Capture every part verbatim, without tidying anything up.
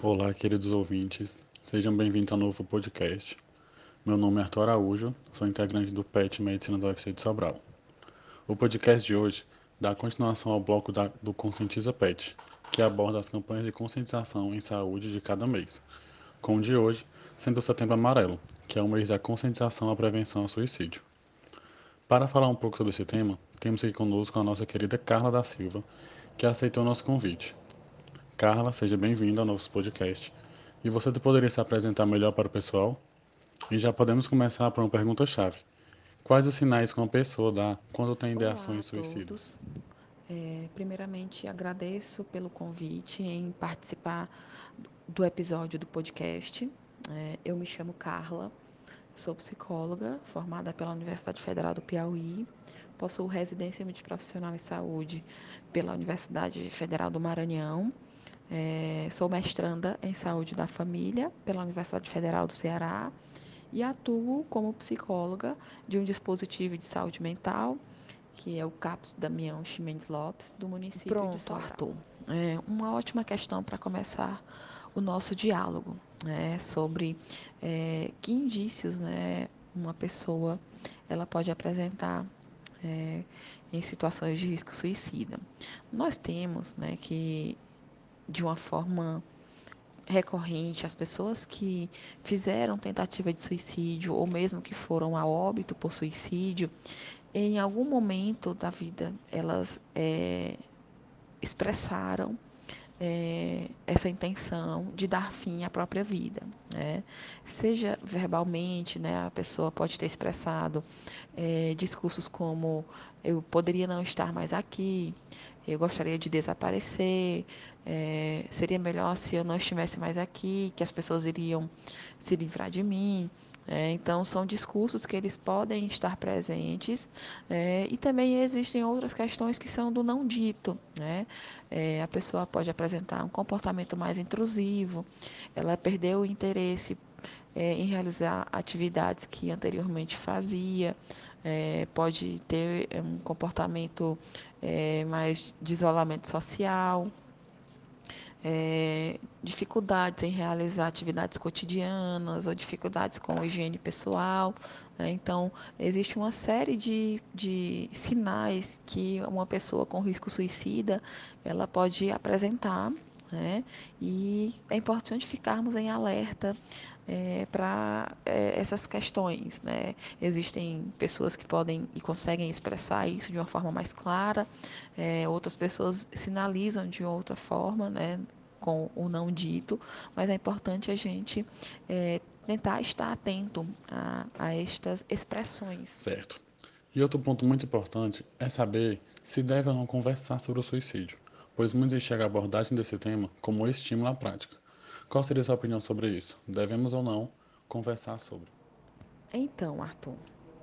Olá, queridos ouvintes, sejam bem-vindos ao novo podcast. Meu nome é Arthur Araújo, sou integrante do P E T Medicina da U F C de Sobral. O podcast de hoje dá continuação ao bloco da, do Conscientiza P E T, que aborda as campanhas de conscientização em saúde de cada mês, com o de hoje sendo o Setembro Amarelo, que é o mês da conscientização à prevenção ao suicídio. Para falar um pouco sobre esse tema, temos aqui conosco a nossa querida Carla da Silva, que aceitou nosso convite. Carla, seja bem-vinda ao nosso podcast. E você poderia se apresentar melhor para o pessoal? E já podemos começar por uma pergunta-chave. Quais os sinais que uma pessoa dá quando tem Olá a ideações suicidas? todos. É, primeiramente, agradeço pelo convite em participar do episódio do podcast. É, eu me chamo Carla, sou psicóloga, formada pela Universidade Federal do Piauí, possuo residência multiprofissional em saúde pela Universidade Federal do Maranhão, é, sou mestranda em saúde da família pela Universidade Federal do Ceará e atuo como psicóloga de um dispositivo de saúde mental que é o CAPS Damião Ximenes Lopes, do município de Pronto, Sobral. Arthur. É uma ótima questão para começar o nosso diálogo, né, sobre é, que indícios, né, uma pessoa ela pode apresentar é, em situações de risco suicida. Nós temos, né, que de uma forma recorrente, as pessoas que fizeram tentativa de suicídio ou mesmo que foram a óbito por suicídio, em algum momento da vida elas é, expressaram é, essa intenção de dar fim à própria vida, né? Seja verbalmente, né, a pessoa pode ter expressado é, discursos como eu poderia não estar mais aqui, eu gostaria de desaparecer, é, seria melhor se eu não estivesse mais aqui, que as pessoas iriam se livrar de mim. É, então, são discursos que eles podem estar presentes, é, e também existem outras questões que são do não dito. Né? É, a pessoa pode apresentar um comportamento mais intrusivo, ela perdeu o interesse é, em realizar atividades que anteriormente fazia, é, pode ter é, um comportamento é, mais de isolamento social, é, dificuldades em realizar atividades cotidianas ou dificuldades com higiene pessoal. Né? Então, existe uma série de, de sinais que uma pessoa com risco suicida ela pode apresentar. Né? E é importante ficarmos em alerta é, para é, essas questões. Né? Existem pessoas que podem e conseguem expressar isso de uma forma mais clara, é, outras pessoas sinalizam de outra forma, né? Com o não dito, mas é importante a gente é, tentar estar atento a, a estas expressões. Certo. E outro ponto muito importante é saber se deve ou não conversar sobre o suicídio, pois muitos enxergam a abordagem desse tema como estímulo à prática. Qual seria a sua opinião sobre isso? Devemos ou não conversar sobre? Então, Arthur,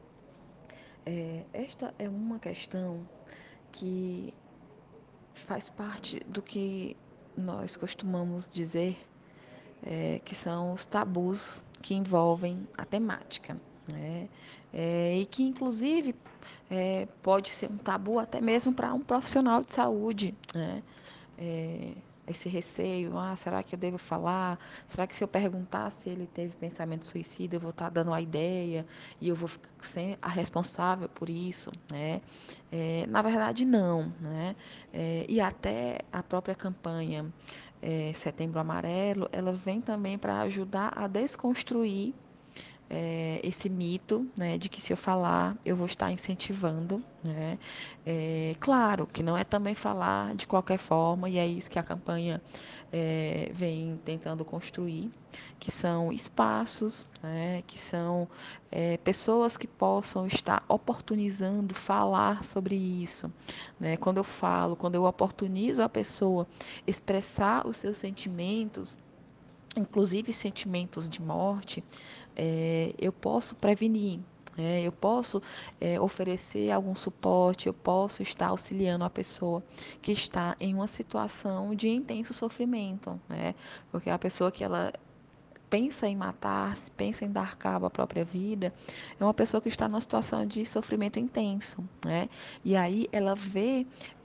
é, esta é uma questão que faz parte do que nós costumamos dizer é, que são os tabus que envolvem a temática. Né? É, e que, inclusive, é, pode ser um tabu até mesmo para um profissional de saúde. Né? É, esse receio, ah, será que eu devo falar? Será que se eu perguntar se ele teve pensamento suicida, eu vou estar dando a ideia e eu vou ficar ser a responsável por isso? Né? É, na verdade, não. Né? É, e até a própria campanha é, Setembro Amarelo, ela vem também para ajudar a desconstruir é, esse mito, né, de que se eu falar, eu vou estar incentivando. Né? É, claro que não é também falar de qualquer forma, e é isso que a campanha é, vem tentando construir, que são espaços, né, que são é, pessoas que possam estar oportunizando falar sobre isso. Né? Quando eu falo, quando eu oportunizo a pessoa expressar os seus sentimentos, inclusive sentimentos de morte, é, eu posso prevenir. É, eu posso é, oferecer algum suporte, eu posso estar auxiliando a pessoa que está em uma situação de intenso sofrimento, né? Porque a pessoa que ela pensa em matar-se, pensa em dar cabo à própria vida, é uma pessoa que está numa situação de sofrimento intenso, né? E aí ela vê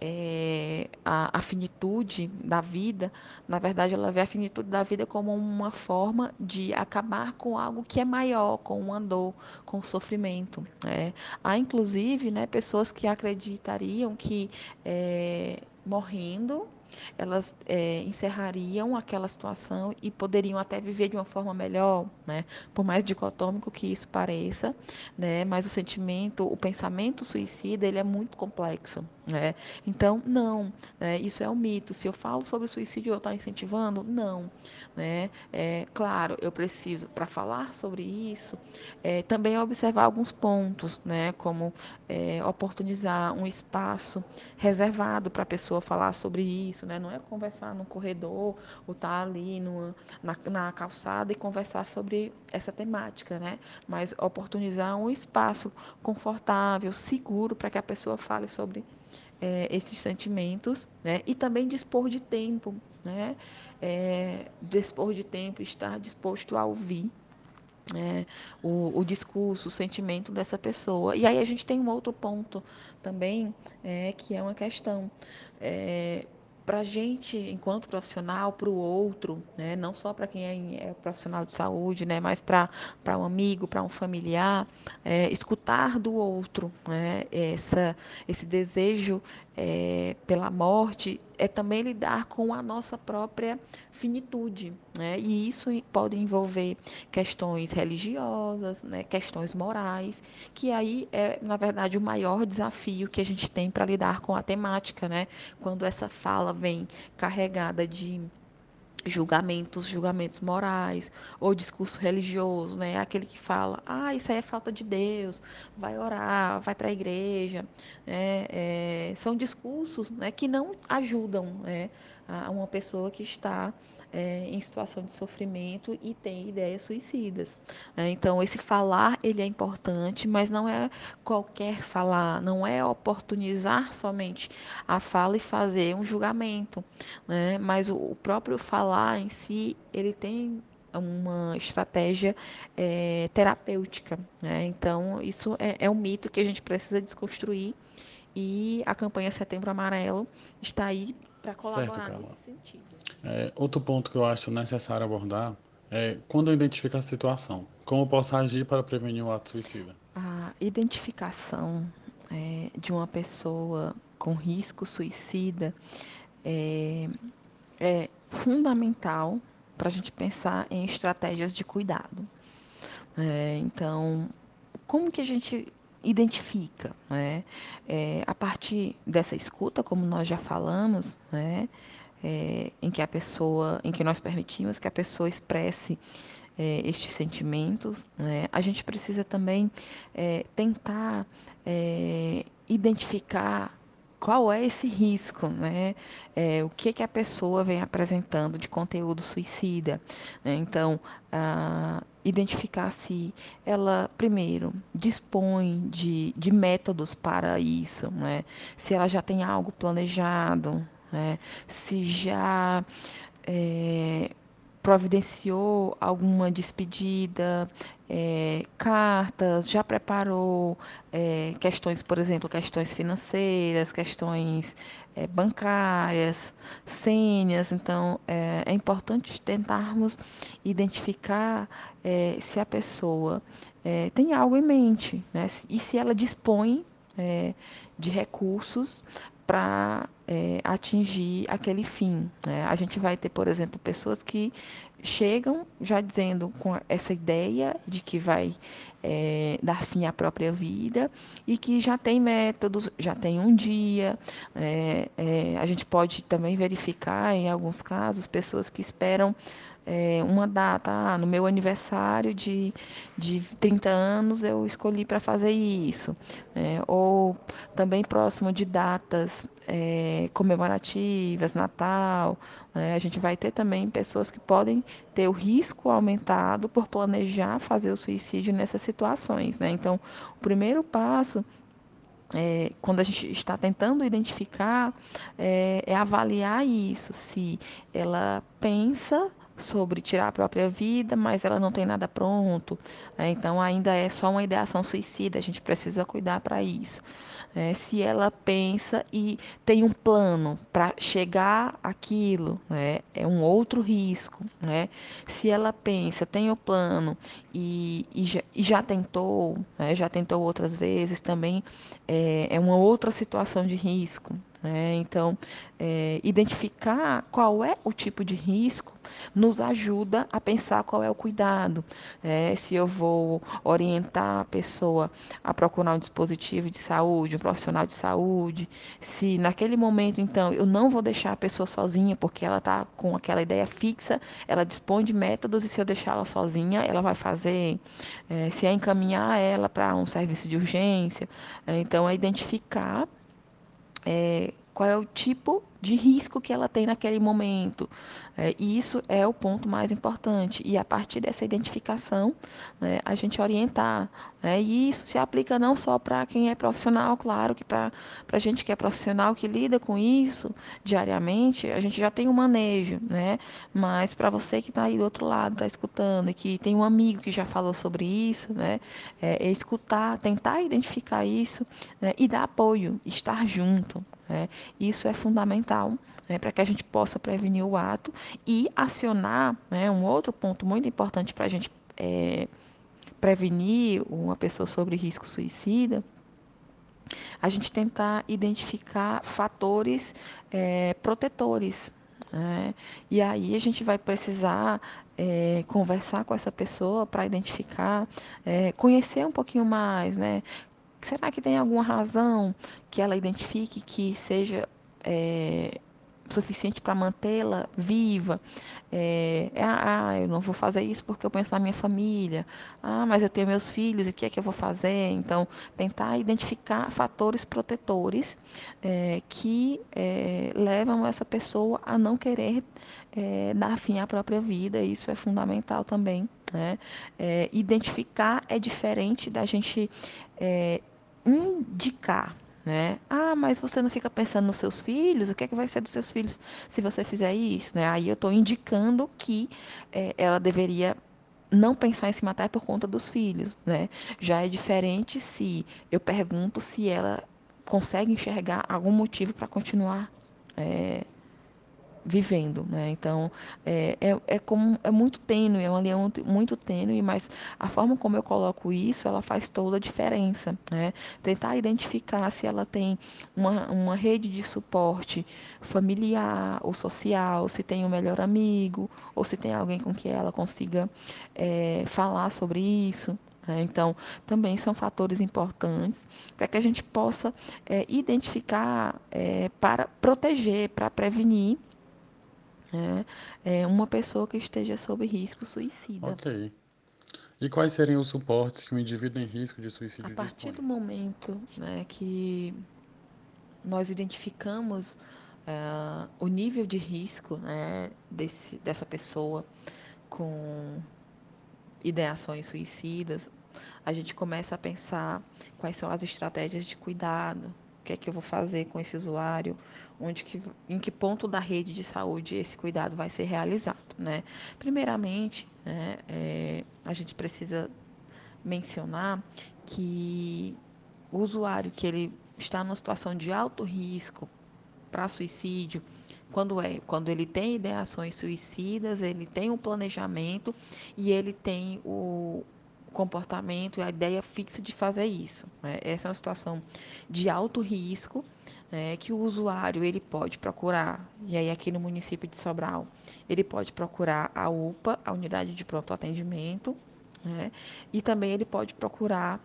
é, a, a finitude da vida, na verdade ela vê a finitude da vida como uma forma de acabar com algo que é maior, com uma dor, com o sofrimento. Né? Há inclusive, né, pessoas que acreditariam que é, morrendo elas é, encerrariam aquela situação e poderiam até viver de uma forma melhor, né? Por mais dicotômico que isso pareça, né? Mas o sentimento, o pensamento suicida, ele é muito complexo, né? Então, não, né? Isso é um mito. Se eu falo sobre suicídio, eu estou incentivando? Não, né? É, claro, eu preciso, para falar sobre isso, é, também observar alguns pontos, né? Como é, oportunizar um espaço reservado para a pessoa falar sobre isso, né? Não é conversar no corredor ou estar tá ali numa, na, na calçada e conversar sobre essa temática, né? Mas oportunizar um espaço confortável, seguro para que a pessoa fale sobre é, esses sentimentos, né? E também dispor de tempo, né? É, dispor de tempo, estar disposto a ouvir é, o, o discurso, o sentimento dessa pessoa. E aí a gente tem um outro ponto também, é, que é uma questão. É, para a gente, enquanto profissional, para o outro, né, não só para quem é, é profissional de saúde, né, mas para um amigo, para um familiar, é, escutar do outro, né, essa, esse desejo é, pela morte é também lidar com a nossa própria finitude. Né, e isso pode envolver questões religiosas, né, questões morais, que aí é, na verdade, o maior desafio que a gente tem para lidar com a temática, né? Quando essa fala vem carregada de julgamentos, julgamentos morais, ou discurso religioso, né? Aquele que fala, ah, isso aí é falta de Deus, vai orar, vai para a igreja. É, é, são discursos, né, que não ajudam, né, a uma pessoa que está é, em situação de sofrimento e tem ideias suicidas. É, então, esse falar, ele é importante, mas não é qualquer falar, não é oportunizar somente a fala e fazer um julgamento, né? Mas o, o próprio falar em si, ele tem uma estratégia é, terapêutica. Né? Então, isso é, é um mito que a gente precisa desconstruir e a campanha Setembro Amarelo está aí para Certo, colaborar Carla. nesse sentido. É, outro ponto que eu acho necessário abordar é quando eu identifico a situação, como eu posso agir para prevenir o ato suicida. A identificação é, de uma pessoa com risco suicida é, é fundamental para a gente pensar em estratégias de cuidado. É, então, como que a gente identifica, né? É, a partir dessa escuta, como nós já falamos, né? É, em que a pessoa, em que nós permitimos que a pessoa expresse é, estes sentimentos, né? A gente precisa também é, tentar é, identificar qual é esse risco, né? É, o que que a pessoa vem apresentando de conteúdo suicida, né? Então, ah, identificar se ela, primeiro, dispõe de, de métodos para isso, né? Se ela já tem algo planejado, né? Se já é, providenciou alguma despedida, é, cartas, já preparou é, questões, por exemplo, questões financeiras, questões é, bancárias, senhas. Então, é, é importante tentarmos identificar é, se a pessoa é, tem algo em mente, né? E se ela dispõe é, de recursos para é, atingir aquele fim. Né? A gente vai ter, por exemplo, pessoas que chegam já dizendo com essa ideia de que vai é, dar fim à própria vida e que já tem métodos, já tem um dia. É, é, a gente pode também verificar, em alguns casos, pessoas que esperam é, uma data, ah, no meu aniversário de, de trinta anos eu escolhi para fazer isso. É, ou também próximo de datas é, comemorativas, Natal. Né? A gente vai ter também pessoas que podem ter o risco aumentado por planejar fazer o suicídio nessas situações. Né? Então, o primeiro passo é, quando a gente está tentando identificar, é, é avaliar isso, se ela pensa sobre tirar a própria vida, mas ela não tem nada pronto, né? Então ainda é só uma ideação suicida, a gente precisa cuidar para isso. É, se ela pensa e tem um plano para chegar àquilo, né, é um outro risco. Né? Se ela pensa, tem o plano e, e, já, e já tentou, né, já tentou outras vezes, também é, é uma outra situação de risco. Né? Então, é, identificar qual é o tipo de risco nos ajuda a pensar qual é o cuidado. É, se eu vou orientar a pessoa a procurar um dispositivo de saúde, um profissional de saúde, se naquele momento, então, eu não vou deixar a pessoa sozinha, porque ela está com aquela ideia fixa, ela dispõe de métodos e se eu deixar ela sozinha, ela vai fazer. É, se é encaminhar ela para um serviço de urgência, é, então é identificar é, qual é o tipo de risco que ela tem naquele momento. É, e isso é o ponto mais importante. E a partir dessa identificação, né, a gente orientar. Né, e isso se aplica não só para quem é profissional, claro que para a gente que é profissional, que lida com isso diariamente, a gente já tem um manejo. Né, mas para você que está aí do outro lado, está escutando, e que tem um amigo que já falou sobre isso, né, é, é escutar, tentar identificar isso, né, e dar apoio, estar junto. Né? Isso é fundamental, né, para que a gente possa prevenir o ato e acionar, né, um outro ponto muito importante para a gente é, prevenir uma pessoa sobre risco suicida, a gente tentar identificar fatores é, protetores. Né? E aí a gente vai precisar é, conversar com essa pessoa para identificar, é, conhecer um pouquinho mais, né? Será que tem alguma razão que ela identifique que seja é, suficiente para mantê-la viva? É, ah, eu não vou fazer isso porque eu penso na minha família. Ah, mas eu tenho meus filhos, e o que é que eu vou fazer? Então, tentar identificar fatores protetores é, que é, levam essa pessoa a não querer é, dar fim à própria vida. Isso é fundamental também. Né? É, identificar é diferente da gente é, indicar. Né? Ah, mas você não fica pensando nos seus filhos? O que é que vai ser dos seus filhos se você fizer isso? Né? Aí eu estou indicando que é, ela deveria não pensar em se matar por conta dos filhos. Né? Já é diferente se eu pergunto se ela consegue enxergar algum motivo para continuar é, vivendo, né? Então é, é, é, como, é muito tênue, é uma linha muito, muito tênue, mas a forma como eu coloco isso, ela faz toda a diferença, né? Tentar identificar se ela tem uma, uma rede de suporte familiar ou social, se tem um melhor amigo, ou se tem alguém com quem ela consiga é, falar sobre isso. Né? Então, também são fatores importantes para que a gente possa é, identificar é, para proteger, para prevenir né, é uma pessoa que esteja sob risco suicida. Ok. E quais seriam os suportes que um indivíduo em risco de A suicídio partir dispõe? do momento né, que nós identificamos uh, o nível de risco né, desse, dessa pessoa com ideações suicidas, a gente começa a pensar quais são as estratégias de cuidado, o que é que eu vou fazer com esse usuário, onde que, em que ponto da rede de saúde esse cuidado vai ser realizado. Né? Primeiramente, né, é, a gente precisa mencionar que o usuário que ele está numa situação de alto risco para suicídio, quando é, quando ele tem ideações suicidas, ele tem um planejamento e ele tem o comportamento e a ideia fixa de fazer isso. Né? Essa é uma situação de alto risco é, que o usuário ele pode procurar, e aí aqui no município de Sobral, ele pode procurar a UPA, a unidade de pronto atendimento, né? E também ele pode procurar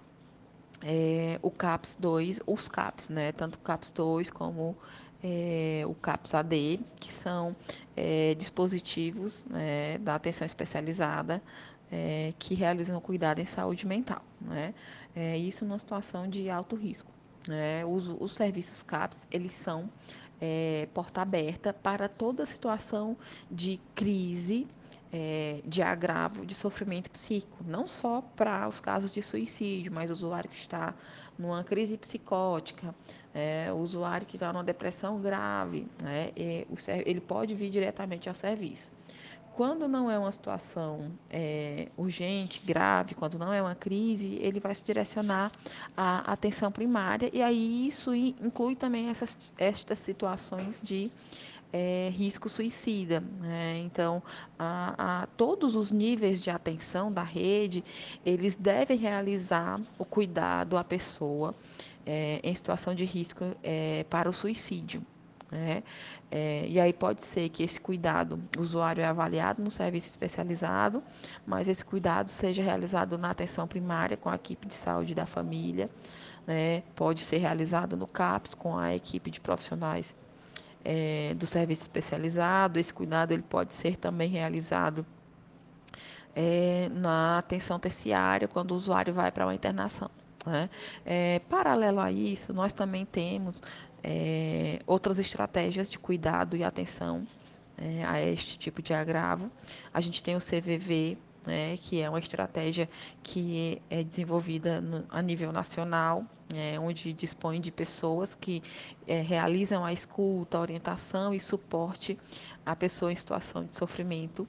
é, o CAPS dois, os CAPS, né? Tanto o CAPS dois como é, o CAPS A D, que são é, dispositivos né, da atenção especializada é, que realizam o cuidado em saúde mental. Né? É, isso numa situação de alto risco. Né? Os, os serviços CAPS, eles são é, porta aberta para toda situação de crise é, de agravo de sofrimento psíquico, não só para os casos de suicídio, mas o usuário que está numa crise psicótica, é, o usuário que está numa depressão grave, né, é, o, ele pode vir diretamente ao serviço. Quando não é uma situação é, urgente, grave, quando não é uma crise, ele vai se direcionar à atenção primária, e aí isso inclui também essas, estas situações de é, risco suicida. Né? Então, a, a, todos os níveis de atenção da rede, eles devem realizar o cuidado à pessoa é, em situação de risco é, para o suicídio. Né? É, e aí pode ser que esse cuidado, o usuário é avaliado no serviço especializado, mas esse cuidado seja realizado na atenção primária com a equipe de saúde da família, né? Pode ser realizado no CAPS com a equipe de profissionais é, do serviço especializado. Esse cuidado ele pode ser também realizado é, na atenção terciária, quando o usuário vai para uma internação. Né? É, paralelo a isso, nós também temos é, outras estratégias de cuidado e atenção é, a este tipo de agravo. A gente tem o C V V, né, que é uma estratégia que é desenvolvida no, a nível nacional, é, onde dispõe de pessoas que é, realizam a escuta, a orientação e suporte à pessoa em situação de sofrimento.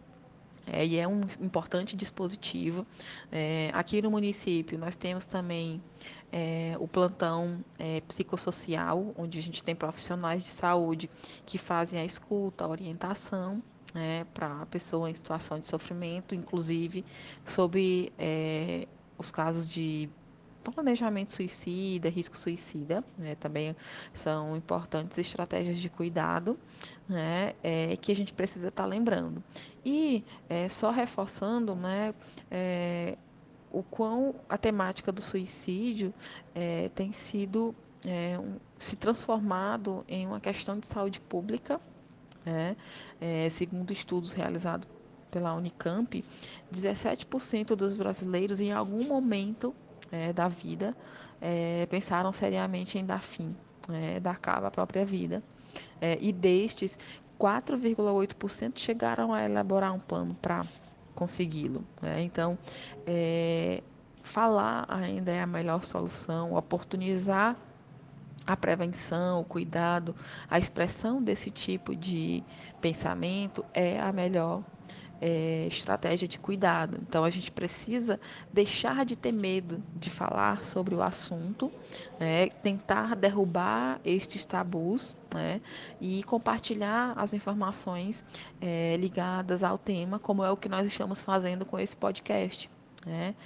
É, e é um importante dispositivo. É, aqui no município, nós temos também é, o plantão é, psicossocial, onde a gente tem profissionais de saúde que fazem a escuta, a orientação né, para a pessoa em situação de sofrimento, inclusive sobre é, os casos de planejamento suicida, risco suicida, né, também são importantes estratégias de cuidado né, é, que a gente precisa estar lembrando. E é, só reforçando né, é, o quão a temática do suicídio é, tem sido é, um, se transformado em uma questão de saúde pública, né? É, segundo estudos realizados pela Unicamp, dezessete por cento dos brasileiros em algum momento é, da vida é, pensaram seriamente em dar fim, é, dar cabo à própria vida. É, e destes, quatro vírgula oito por cento chegaram a elaborar um plano para consegui-lo. Né? Então, é, falar ainda é a melhor solução, oportunizar a prevenção, o cuidado, a expressão desse tipo de pensamento é a melhor é, estratégia de cuidado. Então, a gente precisa deixar de ter medo de falar sobre o assunto, né, tentar derrubar estes tabus né, e compartilhar as informações é, ligadas ao tema, como é o que nós estamos fazendo com esse podcast. Né?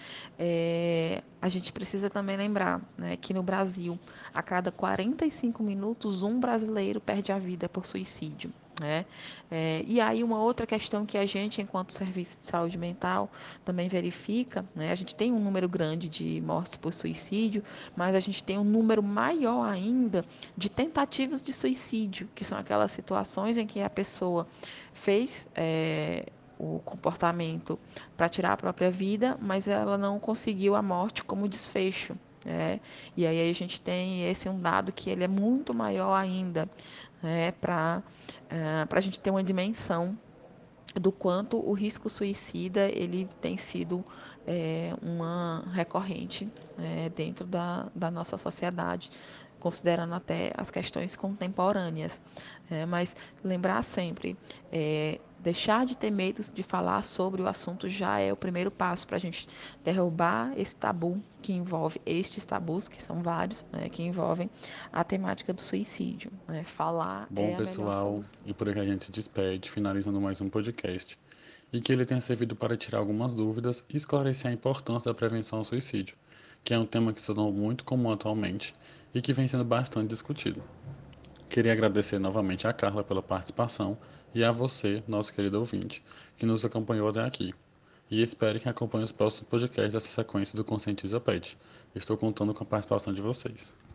É, a gente precisa também lembrar né, que no Brasil, a cada quarenta e cinco minutos, um brasileiro perde a vida por suicídio. Né? É, e aí uma outra questão que a gente, enquanto serviço de saúde mental, também verifica, né? A gente tem um número grande de mortes por suicídio, mas a gente tem um número maior ainda de tentativas de suicídio, que são aquelas situações em que a pessoa fez é, o comportamento para tirar a própria vida, mas ela não conseguiu a morte como desfecho. É, e aí a gente tem esse um dado que ele é muito maior ainda, né, para uh, a gente ter uma dimensão do quanto o risco suicida ele tem sido é, uma recorrente é, dentro da, da nossa sociedade, considerando até as questões contemporâneas. É, mas lembrar sempre, é, deixar de ter medo de falar sobre o assunto já é o primeiro passo para a gente derrubar esse tabu que envolve estes tabus, que são vários, né, que envolvem a temática do suicídio. Né? Falar Bom, é a melhor pessoal, solução. e por aqui a gente se despede, finalizando mais um podcast, e que ele tenha servido para tirar algumas dúvidas e esclarecer a importância da prevenção ao suicídio, que é um tema que se tornou muito comum atualmente e que vem sendo bastante discutido. Queria agradecer novamente a Carla pela participação e a você, nosso querido ouvinte, que nos acompanhou até aqui. E espero que acompanhe os próximos podcasts dessa sequência do Conscientiza Pet. Estou contando com a participação de vocês.